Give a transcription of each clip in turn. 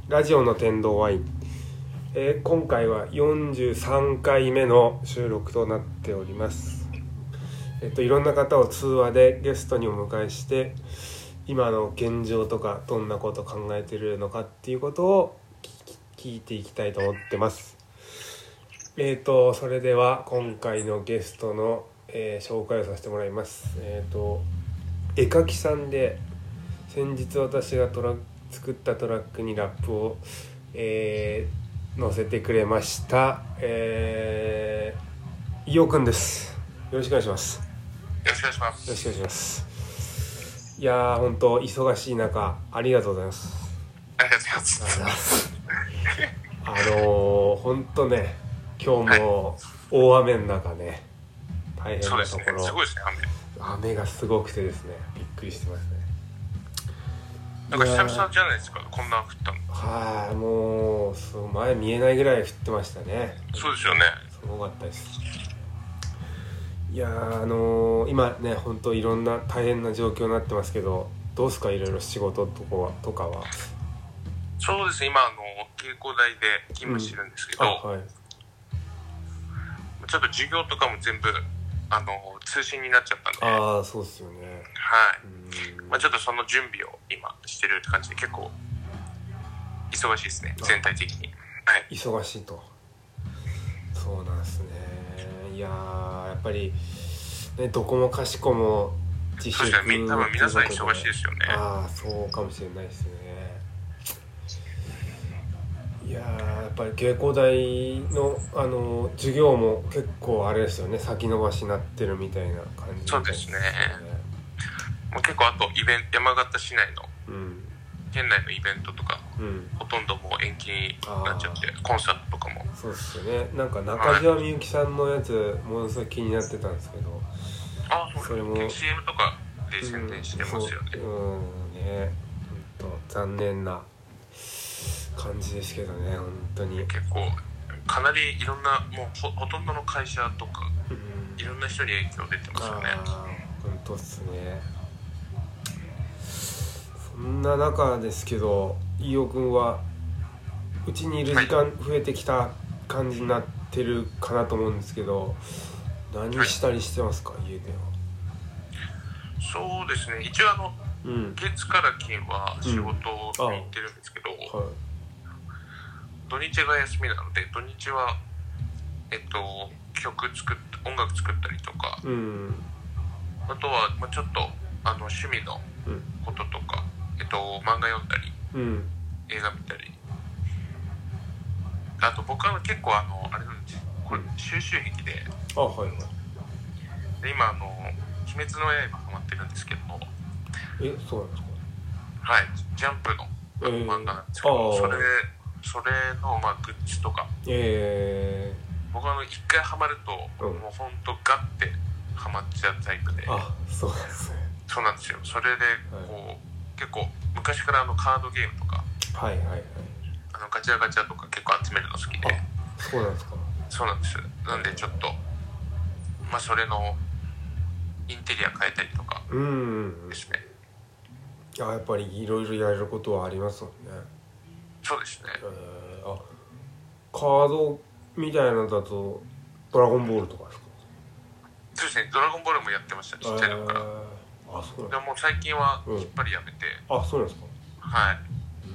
ラジオの天童ワイン、今回は43回目の収録となっております。いろんな方を通話でゲストにお迎えして今の現状とかどんなことを考えているのかっていうことを聞いていきたいと思ってます。それでは今回のゲストの、紹介をさせてもらいます。絵描きさんで先日私が作ったトラックにラップを、載せてくれました、伊尾くんです。よろしくお願いします。 よろしくお願いします。 よろしくお願いします。いやー本当忙しい中ありがとうございます。 ありがとうございます。 本当ね今日も大雨の中ね、大変なところ、 そうですね、すごいですね、 雨がすごくてですね、びっくりしてますね。 なんか久々じゃないですか、こんな降ったの。 はい、もう前見えないぐらい降ってましたね。 そうですよね。 すごかったです。いや今ね本当いろんな大変な状況になってますけど、どうですか、いろいろ仕事とかは。 そうですね、今稽古台で勤務してるんですけど、 はい、 ちょっと授業とかも全部通信になっちゃったんで。 ああ、そうですよね。 はい。ちょっとその準備を今してるって感じで結構忙しいですね、全体的に。はい。 忙しいと。そうなんですね。いややっぱりね、どこもかしこも自粛。 そうですね、多分皆さん忙しいですよね。 ああ、そうかもしれないですね。いややっぱり稽古台の授業も結構あれですよね、先延ばしになってるみたいな感じ。 そうですね。もう結構あと山形市内の、県内のイベントとか、ほとんどもう延期になっちゃって、コンサートとかも。 そうですよね。なんか中島みゆきさんのやつ、ものすごい気になってたんですけど、 それも CM とかで宣伝してますよね。 ね、残念な感じですけどね、本当に。 結構かなりいろんな、もう ほとんどの会社とか、いろんな人に影響出てますよね。 本当っすね。そんな中ですけど、飯尾くんはうちにいる時間増えてきた感じになってるかなと思うんですけど、何したりしてますか、家では。 そうですね、一応月から金は仕事に行ってるんですけど、土日が休みなので、土日は音楽作ったりとか、あとはちょっと趣味のこととか、漫画読んだり、映画見たり、あと僕は結構あれなんですよ、これ収集癖で、で今鬼滅の刃ハマってるんですけど。 そうなんですか。 はい、ジャンプの漫画なんですけど、それのグッズとか、僕は一回ハマると、もうほんとガッてハマっちゃうタイプで。 そうなんですね。 そうなんですよ。それで結構昔からカードゲームとか、ガチャガチャとか結構集めるの好きで。 そうなんですか。 そうなんです。なんでちょっとそれのインテリア変えたりとかですね。 やっぱりいろいろやれることはありますもんね。 そうですね。 カードみたいなのだとドラゴンボールとかですか。 そうですね、ドラゴンボールもやってました、ちっちゃい時から。 そうでももう最近はきっぱりやめて。 そうなんですか。 はい。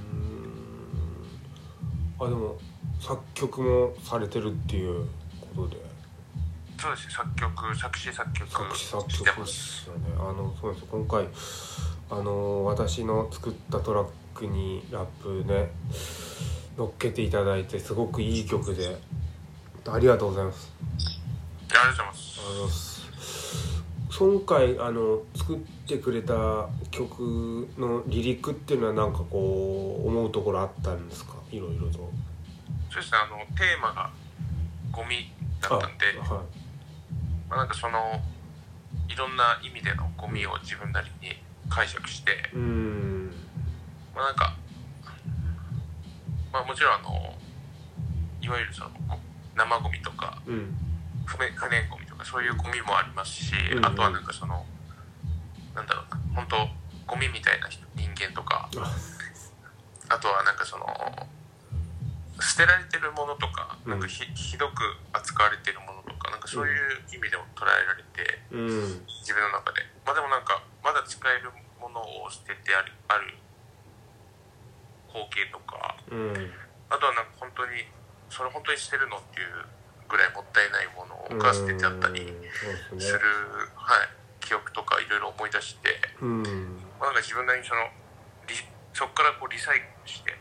でも作曲もされてるっていうことで。 そうですね、作詞作曲してますよね。そうです。今回私の作ったトラックにラップね乗っけていただいて、すごくいい曲でありがとうございます。 ありがとうございます。 今回作ってくれた曲のリリックっていうのはなんかこう思うところあったんですか、いろいろと。 そうですね、テーマがゴミだったんで、なんかいろんな意味でのゴミを自分なりに解釈して、なんかもちろんいわゆる生ゴミとか、不燃ゴミとかそういうゴミもありますし、あとはなんかなんだろうな、本当ゴミみたいな人間とか、あとはなんかその捨てられてるものとか、なんかひどく扱われてるものとか、なんかそういう意味でも捉えられて、自分の中でまあでもなんかまだ使えるものを捨ててある光景とか、あとはなんか本当にそれ本当に捨てるのっていうぐらいもったいないものが捨ててあったりする、記憶とかいろいろ思い出して、なんか自分なりにそこからこうリサイクルして、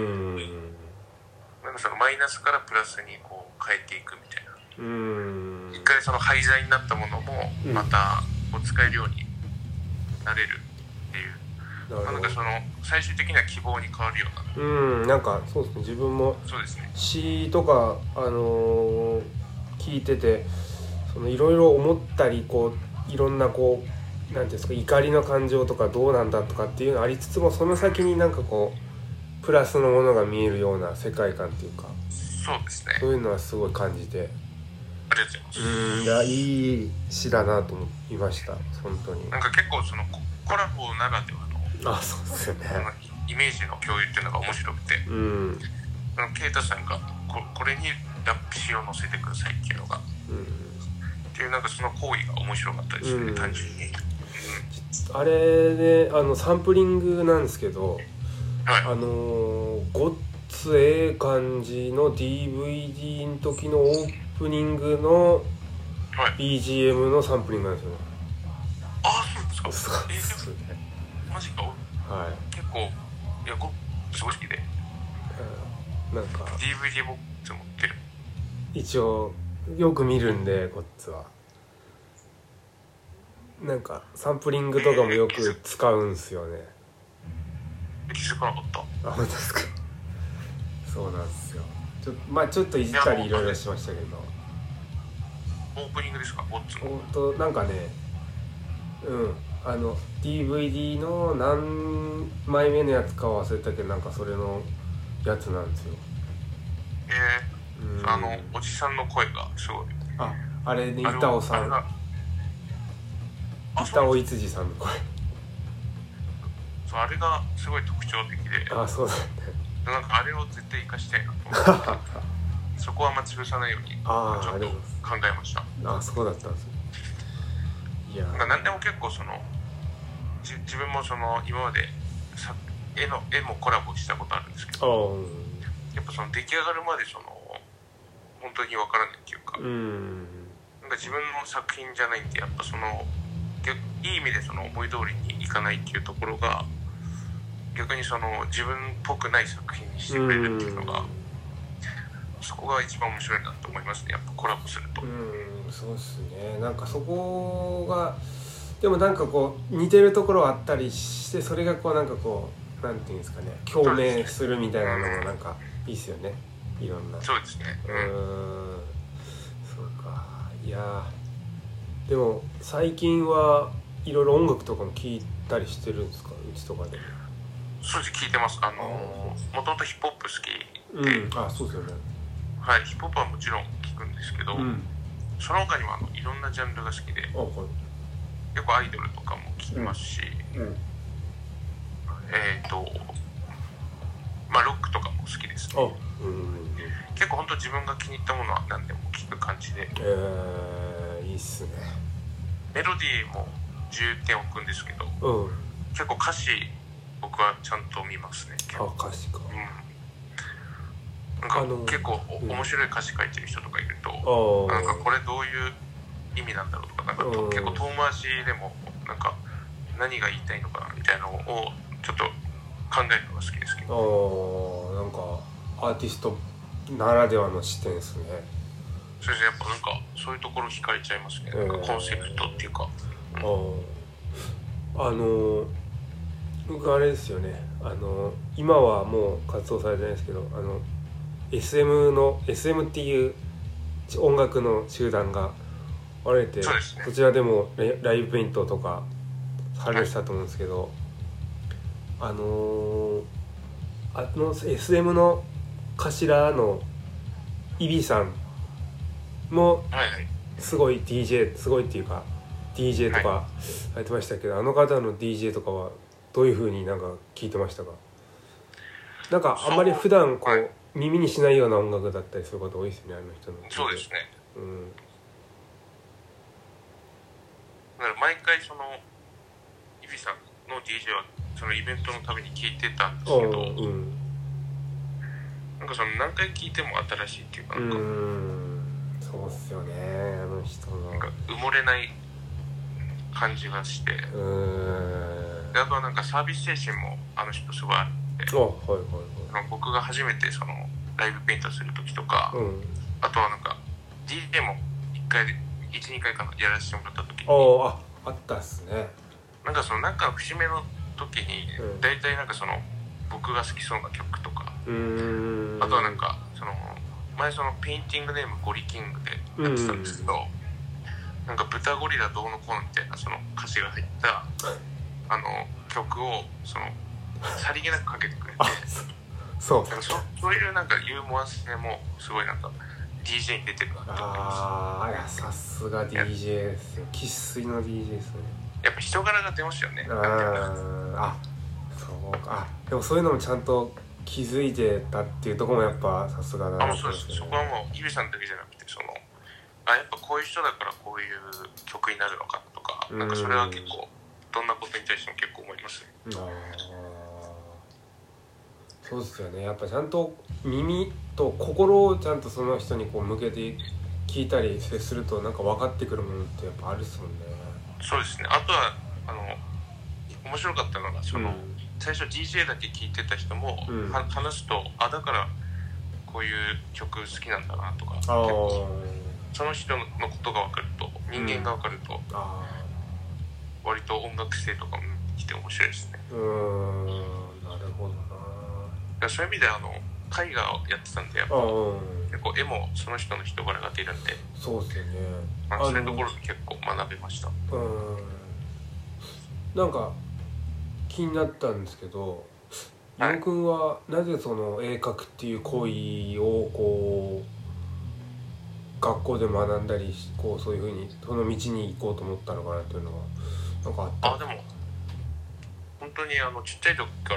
なんかそのマイナスからプラスにこう変えていくみたいな、一回その廃材になったものもまたこう使えるようになれるっていう、なんかその最終的には希望に変わるような、 なんかそうですね、自分も詩とか聞いてて、そのいろいろ思ったり、こういろんなこうなんていうんですか、怒りの感情とかどうなんだとかっていうのありつつも、その先になんかこうプラスのものが見えるような世界観っていうか、 そうですね、 そういうのはすごい感じて、 ありがとうございます。 いや、いい詩だなと思いました、本当に。 なんか結構そのコラボならではのそうですよね、 イメージの共有っていうのが面白くて、ケイタさんがこれにラップ詩を載せてくださいっていうのが、っていうなんかその行為が面白かったですね、単純に。 あれでサンプリングなんですけど、ごっつええ感じの DVD の時のオープニングの BGM のサンプリングなんですよね。 そうですか。 そうですね。 マジか。結構いやすごい好きで、なんか DVD ボックス持ってる。 一応よく見るんで、こっちはなんかサンプリングとかもよく使うんすよね。 気づかなかった。 本当ですか。そうなんですよ。ちょっといじったりいろいろしましたけど。 オープニングですか、ボッツの。 なんかね、DVD の何枚目のやつか忘れたけど、なんかそれのやつなんですよ。 おじさんの声がすごい。 あれね、板尾さん、板尾いつじさんの声。 そう、あれがすごい特徴的で。 そうだね。 なんかあれを絶対活かしたいなと思って。そこは潰さないようにちょっと考えました。 そうだったんですね。いや、 何でも結構その自分もその今まで絵もコラボしたことあるんですけど、やっぱその出来上がるまでその本当に分からないっていうか、なんか自分の作品じゃないんで、やっぱそのいい意味でその思い通りにいかないっていうところが、逆にその自分っぽくない作品にしてくれるっていうのが、そこが一番面白いなと思いますね、やっぱコラボすると。 そうですね。なんかそこがでもなんかこう似てるところあったりして、それがこうなんかこうなんていうんですかね、共鳴するみたいなのもなんかいいっすよね、いろんな。 そうですね。 そうか。いやでも最近はいろいろ音楽とかも聴いたりしてるんですか、うちとかで。 正直聴いてます。もともとヒップホップ好きで、 そうですよね。 ヒップホップはもちろん聴くんですけど、その他にもいろんなジャンルが好きで、結構アイドルとかも聴きますし、ロックとかも好きですね。結構本当自分が気に入ったものは何でも聴く感じで、 いいっすね。 メロディーも重点を置くんですけど、結構歌詞僕はちゃんと見ますね。 歌詞か。 なんか結構面白い歌詞書いてる人とかいると、なんかこれどういう意味なんだろうとか、なんか結構遠回しでもなんか何が言いたいのかなみたいなのをちょっと考えるのが好きですけど。 なんかアーティストならではの視点ですね。 それでやっぱなんかそういうところ惹かれちゃいますね。なんかコンセプトっていうか。僕あれですよね。 今はもう活動されてないですけど、SM っていう音楽の集団があれて、こちらでもライブペイントとかされてたと思うんですけど、SM の頭のイビさんもすごい DJ、すごいっていうか DJ とかやってましたけど、あの方の DJ とかはどういう風になんか聞いてましたか？ なんかあんまり普段こう耳にしないような音楽だったりすること多いですね、あの人の。 そうですね。だから毎回そのイビさんの DJ はそのイベントのために聴いてたんですけど、なんかその何回聴いても新しいっていうか、 そうっすよね、あの人のなんか埋もれない感じがして、であとはなんかサービス精神もあの人すごいあって、僕が初めてそのライブペイントする時とか、あとはなんか DJ も1、2回かなやらせてもらった時にあったっすね。 なんかそのなんか節目の時に大体なんかその僕が好きそうな曲とか、あとはなんかその前そのペインティングネームゴリキングでやってたんですけど、なんか豚ゴリラどうのこうのみたいなその歌詞が入った曲をそのさりげなくかけてくれてそういうなんかユーモア性もすごいなんか DJ に出てるなって思いました。さすが DJ ですよ。生粋の DJ ですね。 やっぱ人柄が出ますよね。 そうか。でもそういうのもちゃんと気づいてたっていうところもやっぱさすがだな。 そうです。そこはもうイビさんだけじゃなくてそのやっぱこういう人だからこういう曲になるのかとか、なんかそれは結構どんなことに対しても結構思いますね。 そうですよね。やっぱちゃんと耳と心をちゃんとその人にこう向けて聞いたり接するとなんか分かってくるものってやっぱあるっすもんね。 そうですね。あとは面白かったのがその、最初 DJ だけ聴いてた人も、話すとだからこういう曲好きなんだなとか、結構その人のことが分かると人間が分かると、割と音楽性とかも来て面白いですね。 なるほどな。 そういう意味で絵画をやってたんでやっぱ結構絵もその人の人柄が出るんで、 そうですよね。 そういうところで結構学べました。 なんか気になったんですけど、伊野くんはなぜその絵描くっていう行為をこう学校で学んだりこうそういう風にその道に行こうと思ったのかなっていうのはなんかあった？ でも本当にちっちゃい時から、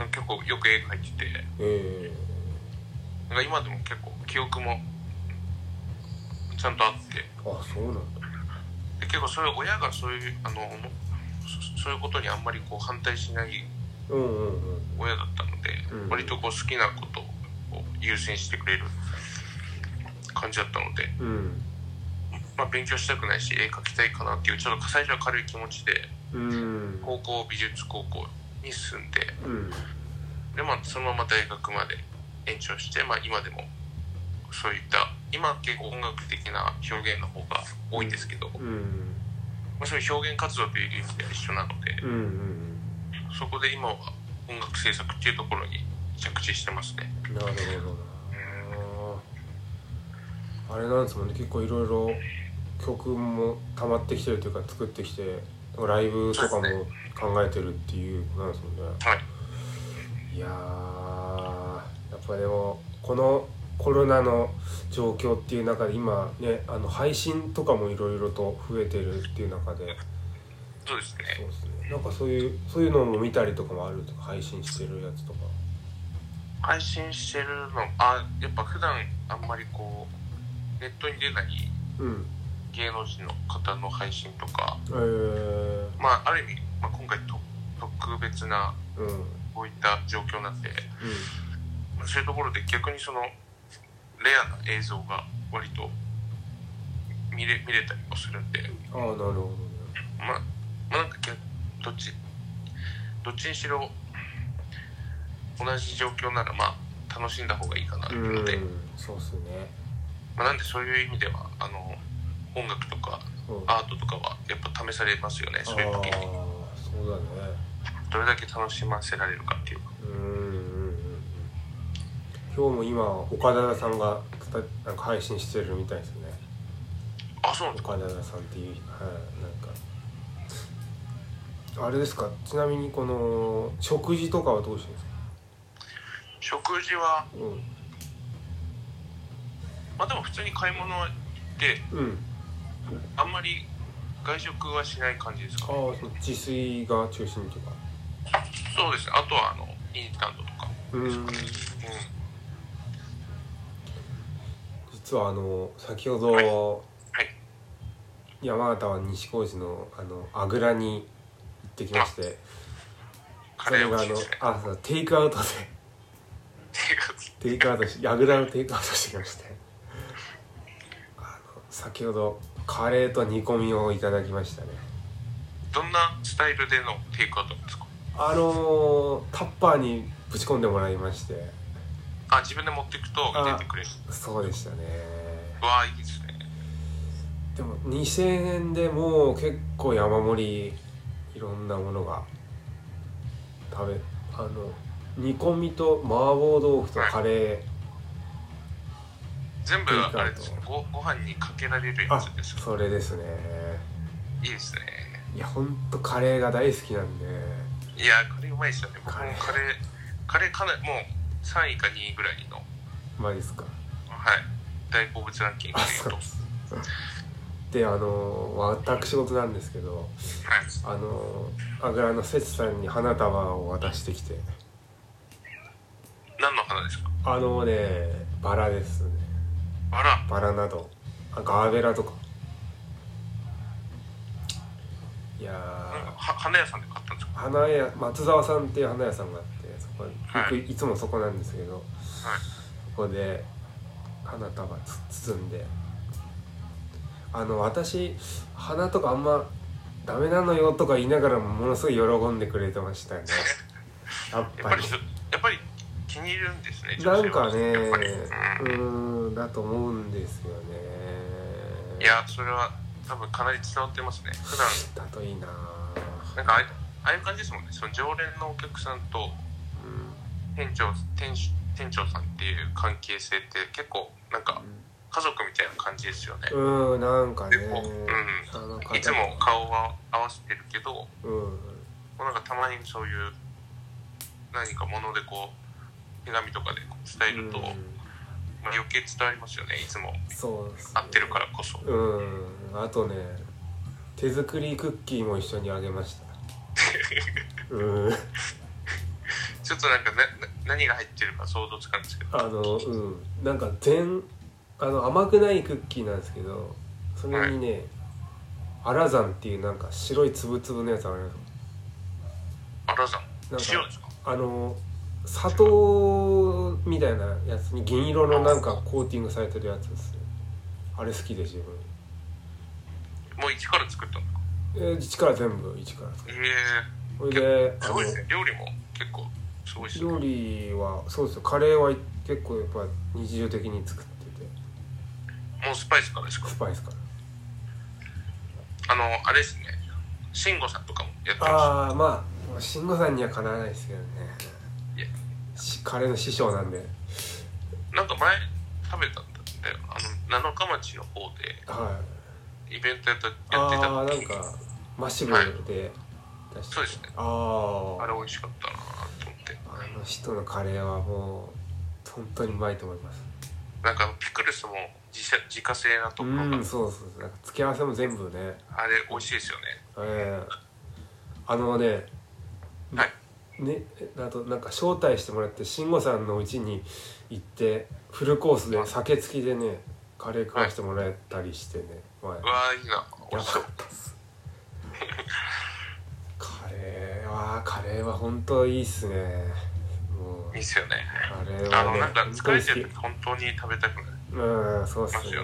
結構よく絵描いてて、なんか今でも結構記憶もちゃんとあって、 そうなんだ。 で結構それ親がそういうそういうことにあんまりこう反対しない親だったので、割とこう好きなことを優先してくれる感じだったので、勉強したくないし絵描きたいかなっていうちょっと最初は軽い気持ちで、高校美術高校に進んで、でそのまま大学まで延長して、今でもそういった今結構音楽的な表現の方が多いんですけど、そういう表現活動という意味では一緒なので、そこで今は音楽制作っていうところに着地してますね。 なるほどな。あれなんですもんね、結構いろいろ曲も溜まってきてるというか作ってきてライブとかも考えてるっていうことなんですもんね。いややっぱでもこのコロナの状況っていう中で今ね配信とかもいろいろと増えてるっていう中で、 そうですね。 なんかそういうのも見たりとかもあるとか、配信してるやつとか。 配信してるのやっぱ普段あんまりこうネットに出ない芸能人の方の配信とか、ある意味、今回特別なこういった状況なんで、そういうところで逆にそのレアな映像が割と見れたりもするんで、 なるほどね。 なんかどっちにしろ同じ状況なら楽しんだ方がいいかなというので、 そうっすね。 なんでそういう意味では音楽とかアートとかはやっぱ試されますよね。そういう時にそうだね、 どれだけ楽しませられるかっていうか。 今日も今岡田さんがなんか配信してるみたいですね。 そうなんですか。 岡田さんっていう、なんかあれですか。ちなみにこの食事とかはどうしてるんですか？ 食事は、でも普通に買い物行って、あんまり外食はしない感じですか。 自炊が中心というか。 そうですね。あとはインスタントとか実は先ほど、はい、山形は西高寺のあぐらに行ってきまして、 それがそうテイクアウトでテイクアウトしてあぐらのテイクアウトしてきまして、先ほどカレーと煮込みをいただきましたね。 どんなスタイルでのテイクアウトなんですか？ タッパーにぶち込んでもらいまして、 自分で持っていくと入れてくれる。 そうでしたね。 わあ、いいですね。 でも2000円でもう結構山盛りいろんなものが煮込みと麻婆豆腐とカレー、はい、 全部あれですね。ご飯にかけられるやつです。 それですね。 いいですね。 いやほんとカレーが大好きなんで。 いやカレーうまいですよね。僕もカレーかなりもう3位か2位ぐらいの。 マジですか？ はい。大好物ランキングで言うと。 で私事なんですけど、はい、あぐらの節さんに花束を渡してきて。 何の花ですか？ バラですね。バラなどガーベラとか。いや花屋さんで買ったんですか？ 花屋松沢さんっていう花屋さんがあって、そこにいつもそこなんですけど、はい、そこで花束包んで、私花とかあんまダメなのよとか言いながらもものすごい喜んでくれてましたよね。やっぱり気に入るんですね。 なんかね、だと思うんですよね。 いやそれは多分かなり伝わってますね。普段だといいな。 なんかああいう感じですもんね。その常連のお客さんと店長さんっていう関係性って結構なんか家族みたいな感じですよね。 なんかね。 いつも顔は合わせてるけど、なんかたまにそういう何かものでこう手紙とかで伝えると、余計伝わりますよね。いつも会ってるからこそ。 あとね、手作りクッキーも一緒にあげました。 ちょっとなんか何が入ってるか想像つかんですけど。 なんか甘くないクッキーなんですけど、それにね、アラザンっていうなんか白いつぶつぶのやつあります。 アラザン？塩ですか？ 砂糖みたいなやつに銀色のなんかコーティングされてるやつですね。あれ好きで自分。 もう一から作ったんですか？全部一から作った。それですごいですね。料理も結構すごいですね。 料理はそうですよ。カレーは結構やっぱ日常的に作ってて。 もうスパイスからですか？ スパイスから。 あれですね。慎吾さんとかもやってます。慎吾さんにはかなわないですけどね。カレーの師匠なんで。 なんか前食べたんだよ。七日町の方で、イベントやってた時に。 なんかマッシブルで出して、そうですね。あれ美味しかったなと思って。 人のカレーはもう本当にうまいと思います。 なんかピクルスも自家製なところが、 そうなんか付け合わせも全部ね、 あれ美味しいですよね。 あとなんか招待してもらって慎吾さんの家に行ってフルコースで酒付きでねカレー食わしてもらえたりしてね、 うわいいな。 やばかったっす。カレーは本当いいっすね。 もういいっすよね。 カレーはね、 なんか疲れてると本当に食べたくなる。 そうっすよね。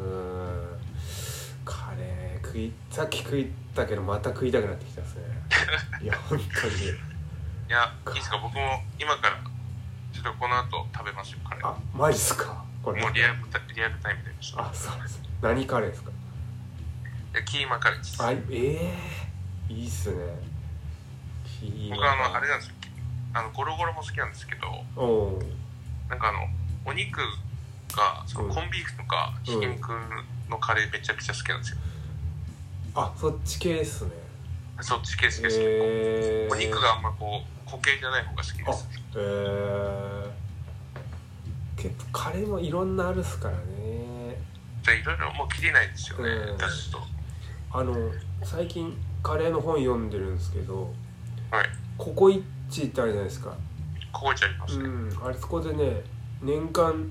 カレーさっき食ったけどまた食いたくなってきたっすね。いや本当に。 いやいいですか？僕も今からちょっとこの後食べますよカレー。 マジっすか？ もうリアルタイムでした。 そうです。何カレーですか？ キーマカレーです。 いいっすね。 僕あれなんですよ。ゴロゴロも好きなんですけど、なんかお肉がそのコンビーフとかひき肉のカレーめちゃくちゃ好きなんですよ。 そっち系っすね。 そっち系好きですけど、お肉があんまこう固形じゃない方が好きです。 結構カレーもいろんなあるっすからね。 じゃあいろいろもう切れないですよね。出すと最近カレーの本読んでるんですけど、 はい、 ココイチってあるじゃないですか。 ココイチありますね。 あそこでね年間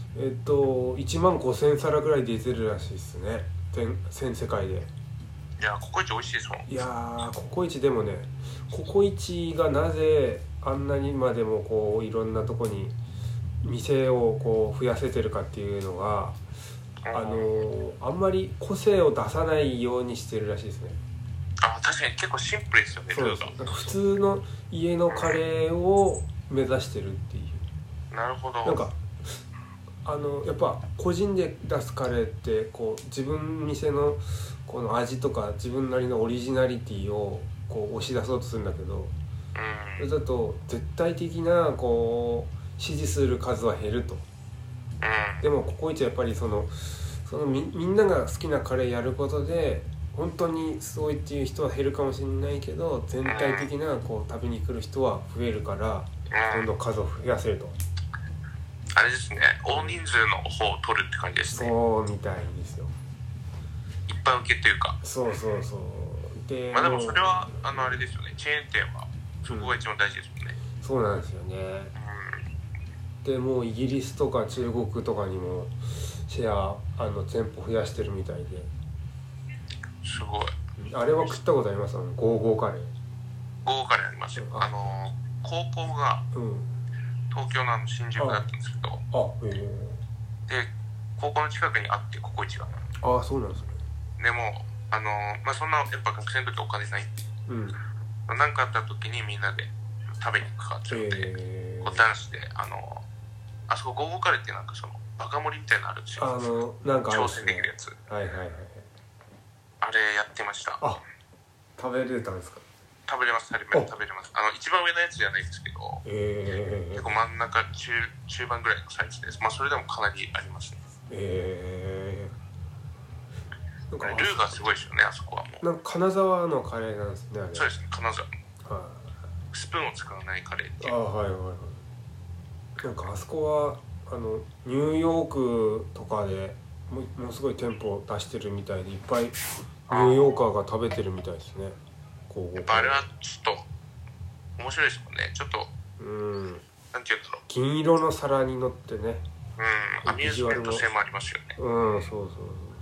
1万5000皿ぐらい出てるらしいですね、全世界で。 いやココイチ美味しいですもん。 いやーココイチでもね、ココイチがなぜあんなにまでもこういろんなとこに店をこう増やせてるかっていうのがあんまり個性を出さないようにしてるらしいですね。 あ、確かに結構シンプルですよね。 そうです。なんか普通の家のカレーを目指してるっていう。 なるほど。 なんかやっぱ個人で出すカレーってこう自分店のこの味とか自分なりのオリジナリティをこう押し出そうとするんだけど、それだと絶対的なこう支持する数は減ると。でもココイチはやっぱりそのみんなが好きなカレーやることで本当にそういっていう人は減るかもしれないけど、全体的なこう食べに来る人は増えるからどんどん数を増やせると。 あれですね、大人数の方を取るって感じですね。 そうみたいですよ。 一般受けというか。 そうで、 でもそれはあれですよね、チェーン店はそこが一番大事ですもんね。 そうなんですよね。でもうイギリスとか中国とかにもシェア店舗増やしてるみたいで。 すごい。 あれは食ったことあります？ゴーゴーカレー。 ゴーゴーカレーありますよ。高校が東京の新宿だったんですけど、で高校の近くにあってココイチが。 そうなんですね。 でもそんなやっぱ学生の時お金ないんで、何かあった時にみんなで食べに行くかっていうので、こう男子であそこゴーゴーカレーってなんかそのバカ盛りみたいなのあるんですよ。 なんかあるんですね。 挑戦できるやつ。 はい。 あれやってました。 食べれたんですか？ 食べれます。一番上のやつじゃないですけど、結構真ん中中盤ぐらいのサイズです。それでもかなりありますね。なんかルーがすごいですよね、あそこはもう。 なんか金沢のカレーなんですね、あれ。 そうですね、金沢。スプーンを使わないカレーっていう。 なんかあそこはニューヨークとかでものすごい店舗出してるみたいで、いっぱいニューヨーカーが食べてるみたいですね。 やっぱあれはちょっと面白いですもんね。ちょっとなんていうんだろう、 金色の皿に乗ってね、 アミューズメント性もありますよね。 そう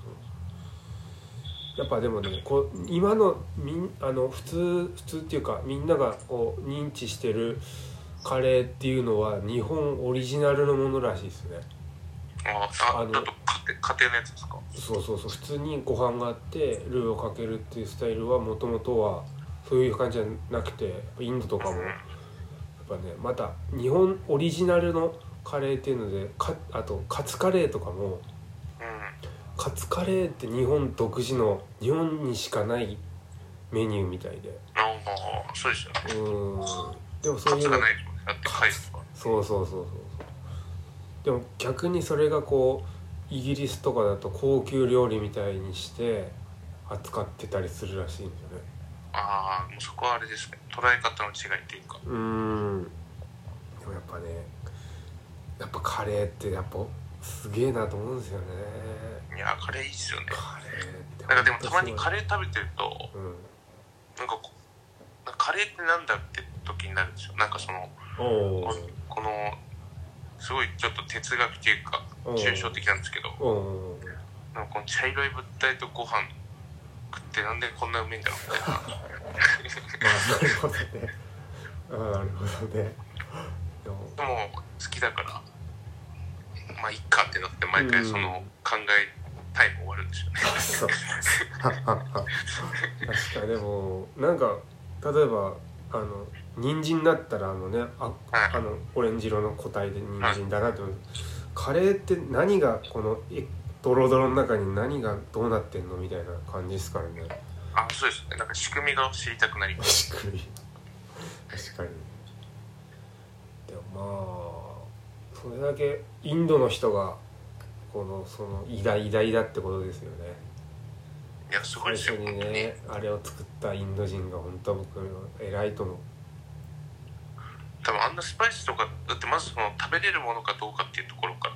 やっぱでもね、今の普通っていうかみんながこう認知してるカレーっていうのは日本オリジナルのものらしいですね。 ちょっと家庭のやつですか？ そう普通にご飯があってルーをかけるっていうスタイルはもともとはそういう感じじゃなくて、インドとかもやっぱね、また日本オリジナルのカレーっていうのであとカツカレーとかも、カツカレーって日本独自の日本にしかないメニューみたいで。 そうですよね。 でもそういうのカツがないですもんね。だって返すとか。 そうでも逆にそれがこうイギリスとかだと高級料理みたいにして扱ってたりするらしいんですよね。 もうそこはあれですね、捉え方の違いっていうか。 でもやっぱね、やっぱカレーってやっぱすげえなと思うんですよね。 いやカレーいいっすよね。 カレーってなんかでもたまにカレー食べてると、なんかカレーってなんだって時になるんですよ。なんかそのこのすごいちょっと哲学っていうか抽象的なんですけど、なんかこの茶色い物体とご飯食ってなんでこんなうめえんだろうみたいな。 なるほどね。なるほどね。 でも好きだからいっかってなって毎回その考えタイム終わるんですよね。 確かでもなんか例えば人参だったらオレンジ色の個体で人参だなって思う。カレーって何がこのドロドロの中に何がどうなってんのみたいな感じですからね。 そうですね。なんか仕組みが知りたくなります。 仕組み確かに。でもそれだけインドの人がその偉大だってことですよね。 いやすごいですよ。 最初にねあれを作ったインド人が本当は僕偉いと思う。 多分あんなスパイスとかだってまずその食べれるものかどうかっていうところから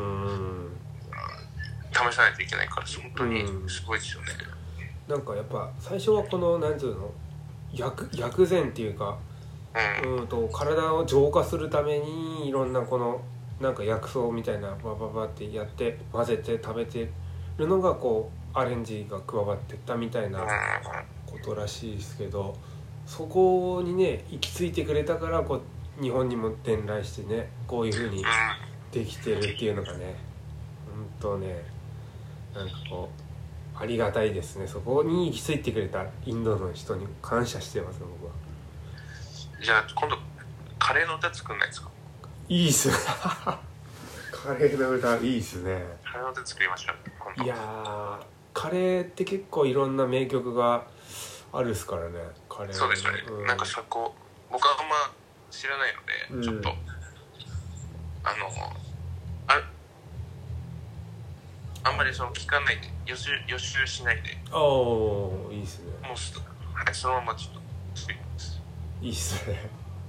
試さないといけないから本当にすごいですよね。 なんかやっぱ最初はこのなんつうの薬膳っていうか体を浄化するためにいろんなこのなんか薬草みたいなバババってやって混ぜて食べてるのがこうアレンジが加わってったみたいなことらしいですけど、そこにね行き着いてくれたからこう日本にも伝来してねこういう風にできてるっていうのがね本当ねなんかこうありがたいですね。そこに行き着いてくれたインドの人に感謝してます僕は。 じゃあ今度カレーの歌作んないですか？ いいっすねカレーの歌いいっすね。 カレーの歌作りましょう今度。 いやーカレーって結構いろんな名曲があるっすからね。カレーそうですよね、なんかこう僕はあんま知らないので、ちょっとあんまりその聞かないで予習しないで。 ああいいっすね。 もうそのままちょっと作ります。 いいっすね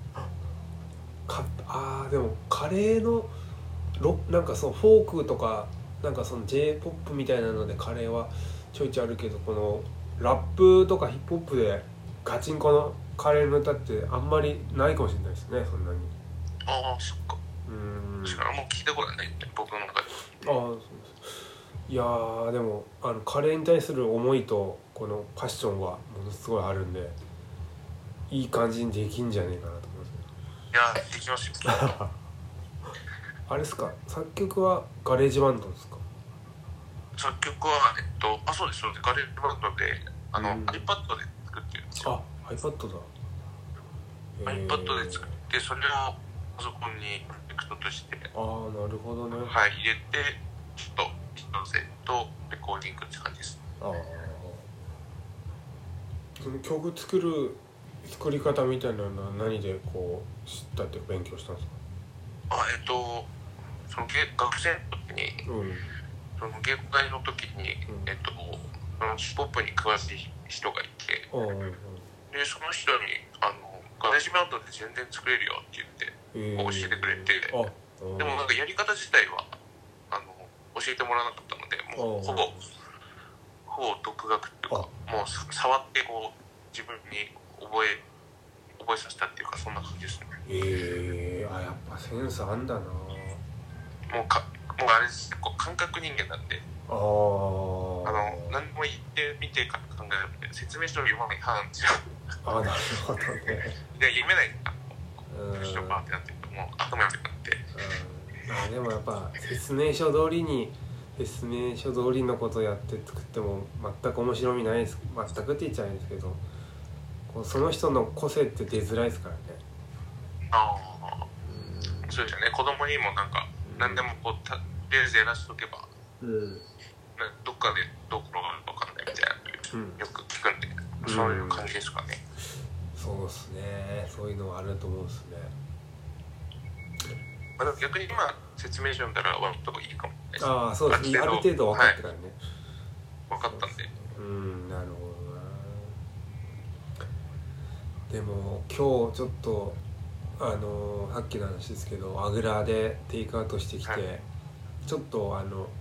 でもカレーのなんかそのフォークとかなんかその J-POP みたいなのでカレーはちょいちょいあるけど、このラップとかヒップホップでガチンコのカレーの歌ってあんまりないかもしれないですね。そんなに。 ああそっか。しかも聞いたことない僕の中で。 そうです。いやーでもカレーに対する思いとこのパッションはものすごいあるんでいい感じにできんじゃねえかなと思いますね。 いやできますよあれですか、作曲はガレージバンドですか？ 作曲はそうですガレージバンドでiPad で作ってるんですよ。 iPad だ。 iPad で作ってそれをパソコンにエフェクトとしてなるほどね。 はい入れてちょっと音声とレコーディングって感じです。 その曲作り方みたいなのは何でこう知ったって勉強したんですか？ その学生の時に、その芸術大の時に、ヒップホップに詳しい人がいて、でその人にガレージバンドで全然作れるよって言って、教えてくれて、でもなんかやり方自体は教えてもらわなかったので、もうほぼ独学っていうか、もう触ってこう自分に覚えさせたっていうかそんな感じですね。 やっぱセンスあんだな。 もうあれですね、感覚人間なんで、何も言ってみてから考えるので説明書を読まない派なんですよ。 なるほどね。 で読めないんだ。どうしようかってなってもう頭になって。 でもやっぱ説明書通りのことをやって作っても全く面白みないです。全くって言っちゃうんですけど、その人の個性って出づらいですからね。 そうですよね。子供にもなんか何でもこうとりあえずやらしとけば、どっかでどう転がるのかんないみたいな、よく聞くんで、そういう感じですかね。 そうですね。そういうのはあると思うんですね。 逆に今説明書読んだら割といいかもね。 そうですね。ある程度分かってからね。 分かったんで。 なるほどな。でも今日ちょっとさっきの話ですけどアグラでテイクアウトしてきて、ちょっと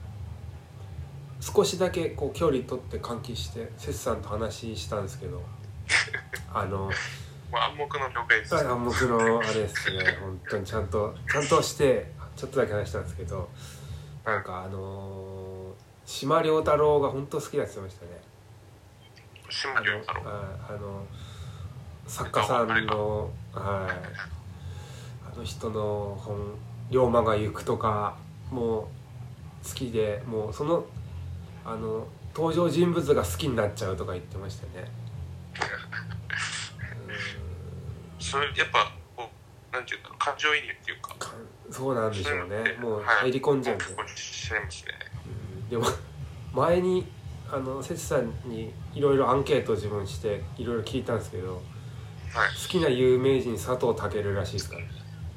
少しだけこう距離取って換気してセツさんと話したんですけど暗黙の了解です。 暗黙のあれですね。本当にちゃんとしてちょっとだけ話したんですけど、なんか司馬遼太郎が本当好きだって言ってましたね。 司馬遼太郎、 作家さんの人の本「龍馬が行く」とかもう好きで、もうその登場人物が好きになっちゃうとか言ってましたね。 それやっぱこうなんていうか感情移入っていうか、 そうなんでしょうね。もう入り込んじゃうんで、でも前にセツさんにいろいろアンケート自分していろいろ聞いたんですけど、好きな有名人佐藤健らしいですからね。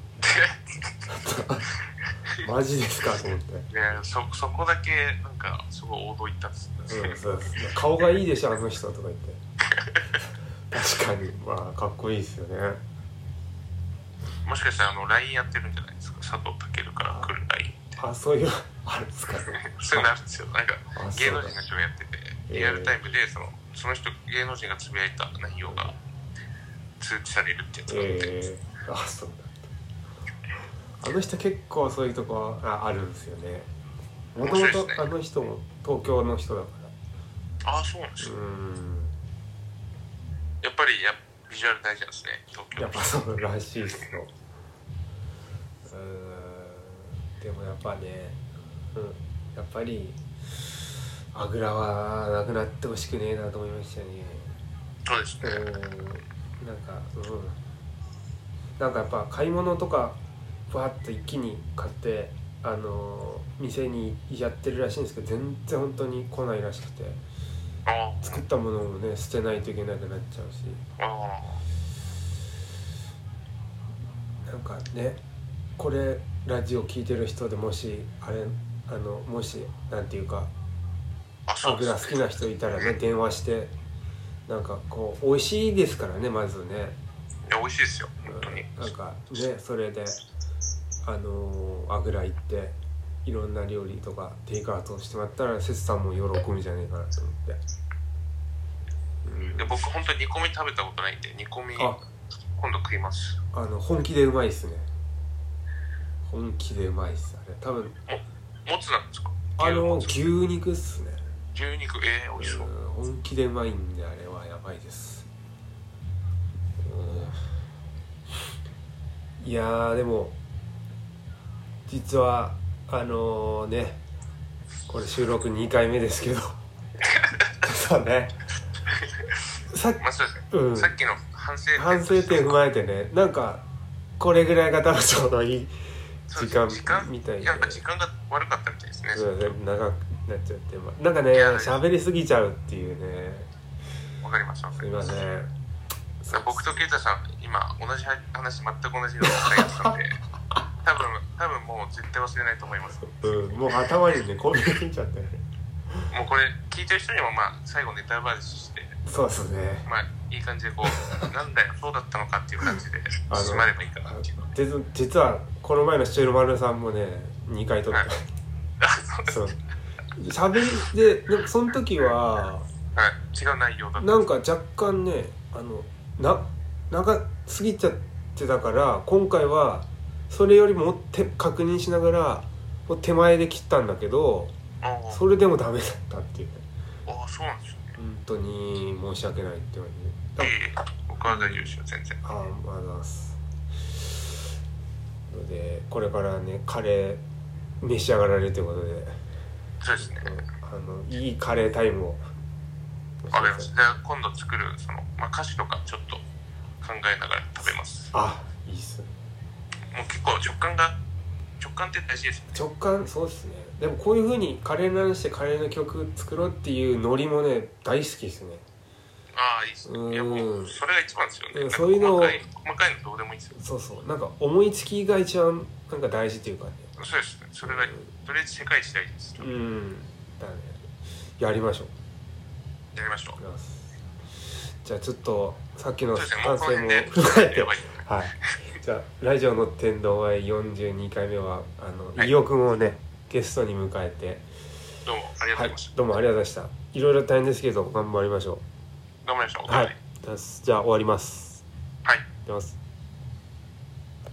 マジですかと思って。 そこだけなんかすごい王道いったんですね。 そうです。顔がいいでしょあの人とか言って。確かにかっこいいですよね。 もしかしたらLINE やってるんじゃないですか、佐藤健から来る LINE って。 そういうあるんですかね。 そういうのあるんですよ。なんか芸能人が一緒にやってて、リアルタイムでその人芸能人がつぶやいた内容が通知されるってやつがあって、 あ、そうだ。あの人結構そういうとこあるんですよね。もともとあの人も東京の人だから。 ああ、そうなんですよ。やっぱりビジュアル大事なんですね、東京。 やっぱそうらしいですよ。でもやっぱね、やっぱりあぐらはなくなってほしくねえなと思いましたね。 そうですね。 なんかやっぱ買い物とかバーッと一気に買って店にやってるらしいんですけど、全然本当に来ないらしくて、作ったものもね捨てないといけなくなっちゃうし、なんかね、これラジオ聞いてる人でもしもしなんていうかあぐら好きな人いたらね、電話してなんかこう美味しいですからね、まずね。 いや美味しいですよ本当に。 なんかね、それであぐら行っていろんな料理とかテイクアウトしてもらったら節さんも喜ぶんじゃないかなと思って。 で僕本当に煮込み食べたことないんで、煮込み今度食います。 本気でうまいっすね。本気でうまいっす。あれ多分もつなんですか？ 牛肉っすね。 牛肉、美味しそう。 本気でうまいんで、あれはやばいです。いやーでも実はね、これ収録2回目ですけどそうね、さっきの反省点踏まえてね、なんかこれぐらいが多分ちょうどいい時間みたいで、 やっぱ時間が悪かったみたいですね。 そうですね、長くなっちゃって、なんかね喋りすぎちゃうっていうね。 わかります。 すいません。 僕とケイタさん今同じ話、全く同じのをやってたんで多分もう絶対忘れないと思います。 もう頭にねこびりついちゃってね。 もうこれ聞いてる人にも最後ネタバラシして、 そうですね、 いい感じでこうなんだよそうだったのかっていう感じで締まればいいかなっていうので。 実はこの前のシチュール丸さんもね2回撮って、そう喋りでその時は、 違う内容だった。 なんか若干ね長すぎちゃってたから、今回はそれよりも確認しながら手前で切ったんだけど、それでもダメだったっていう。 そうなんですね。 本当に申し訳ないって言われて、 僕は大丈夫ですよ全然。 ありがとうございますので、これからねカレー召し上がられるということで、 そうですね、 いいカレータイムをわかります。じゃあ今度作る歌詞とかちょっと考えながら食べます。 いいっすね。 もう結構直感って大事ですよね。 直感、そうですね。でもこういう風にカレーの話してカレーの曲作ろうっていうノリもね大好きですね。 いいっすね。いやもうそれが一番ですよね。 そういうのを細かいのどうでもいいですよ。 そうなんか思いつきが一番なんか大事っていうかね。 そうですね。それがとりあえず世界一大事です。 だね。やりましょう。じゃあちょっとさっきの反省も踏まえて、はい。じゃあラジオの天童は42回目は飯尾くんをねゲストに迎えて、 どうもありがとうございました。 どうもありがとうございました。いろいろ大変ですけど頑張りましょう。 頑張りましょう。 はい。じゃあ終わります。 はい。 出ます。